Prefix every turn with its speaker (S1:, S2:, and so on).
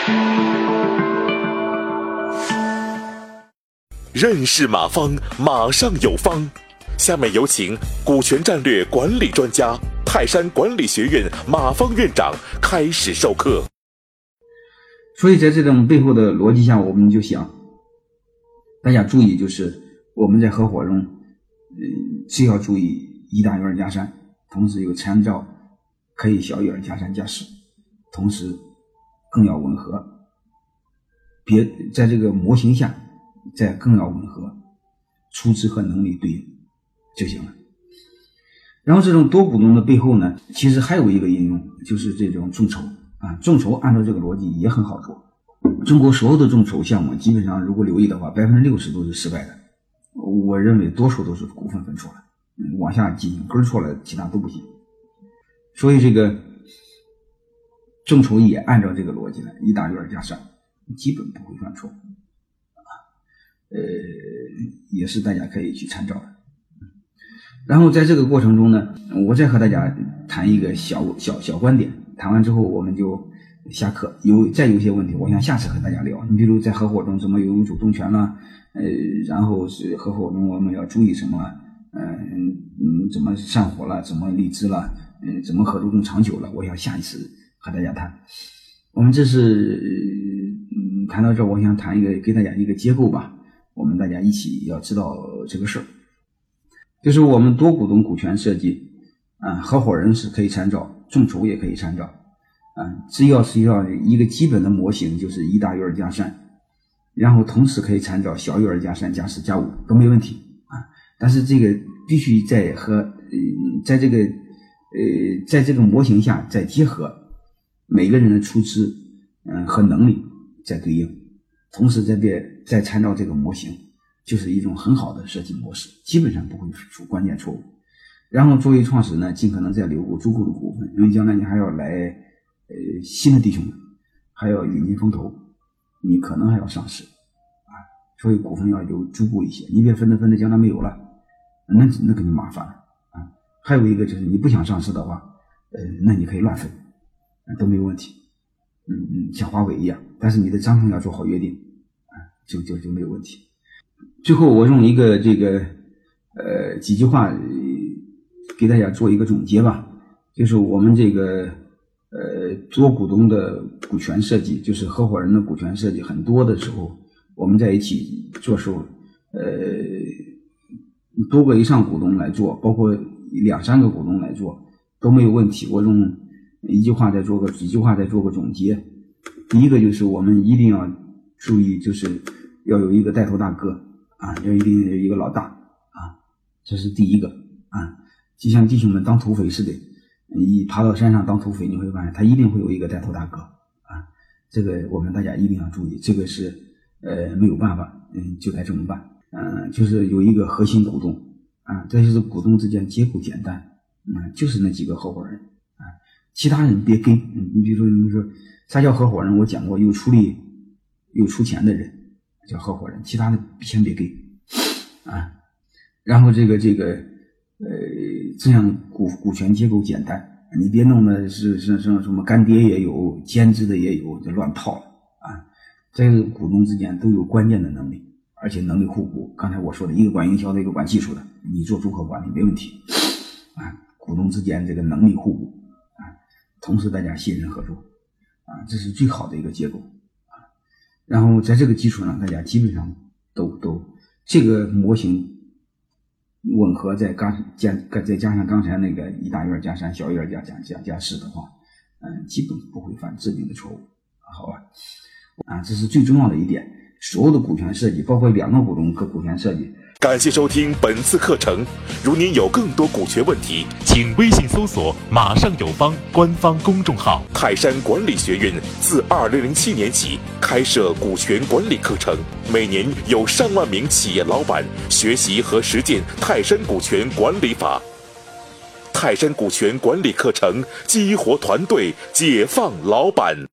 S1: 认识马方，马上有方。下面有请股权战略管理专家、泰山管理学院马方院长开始授课。
S2: 所以在这种背后的逻辑下，我们就想大家注意，就是我们在合伙中既要注意一大于二加三，同时有参照可以小于二加三加四，同时更要吻合，别在这个模型下再更要吻合，出资和能力对应就行了。然后这种多股东的背后呢，其实还有一个应用，就是这种众筹啊，众筹按照这个逻辑也很好做。中国所有的众筹项目基本上如果留意的话，60%都是失败的。我认为多数都是股份分错了，往下进行根错了，其他都不行。所以这个众筹也按照这个逻辑呢，一大于二加三，基本不会犯错也是大家可以去参照的。然后在这个过程中呢，我再和大家谈一个小观点，谈完之后我们就下课。再有些问题我想下次和大家聊，你比如在合伙中怎么有主动权啦，然后是合伙中我们要注意什么，怎么散伙了，怎么离职了，怎么合作更长久了，我想下一次和大家谈。我们这是谈到这儿，我想谈给大家一个结构吧，我们大家一起要知道这个事儿。就是我们多股东股权设计合伙人是可以参照，众筹也可以参照只要是要一个基本的模型，就是一大于二加三，然后同时可以参照小于二加三加四加五都没问题但是这个必须在这个模型下再结合每个人的出资和能力再对应，同时再参照这个模型，就是一种很好的设计模式，基本上不会出关键错误。然后作为创始呢，尽可能再留足够的股份，因为将来你还要来新的弟兄们，还要引进风投，你可能还要上市所以股份要留足够一些，你别分着将来没有了，那肯定麻烦了还有一个就是你不想上市的话那你可以乱分都没有问题像华为一样，但是你的章程要做好约定就没有问题。最后我用一个几句话给大家做一个总结吧，就是我们这个多股东的股权设计，就是合伙人的股权设计，很多的时候我们在一起做时候多个以上股东来做，包括2-3个股东来做都没有问题。我用几句话再做个总结。第一个就是我们一定要注意，就是要有一个带头大哥要一定有一个老大这是第一个就像弟兄们当土匪似的，一爬到山上当土匪，你会发现他一定会有一个带头大哥这个我们大家一定要注意，这个是没有办法就该这么办就是有一个核心股东这就是股东之间结构简单就是那几个合伙人其他人别跟你比如说啥叫合伙人，我讲过，有出力有出钱的人叫合伙人，其他的先别给然后这样股权结构简单，你别弄的是什么干爹也有，兼职的也有，就乱套了这个股东之间都有关键的能力，而且能力互补。刚才我说的一个管营销的，一个管技术的，你做综合管理没问题股东之间这个能力互补同时大家信任合作这是最好的一个结构然后在这个基础上，大家基本上都这个模型吻合，再加上刚才那个一大于二加三小于二加四的话基本不会犯致命的错误好吧这是最重要的一点。所有的股权设计，包括2个股东和股权设计。
S1: 感谢收听本次课程。如您有更多股权问题，请微信搜索“马上有方”官方公众号。泰山管理学院自2007年起开设股权管理课程，每年有上万名企业老板学习和实践泰山股权管理法。泰山股权管理课程激活团队，解放老板。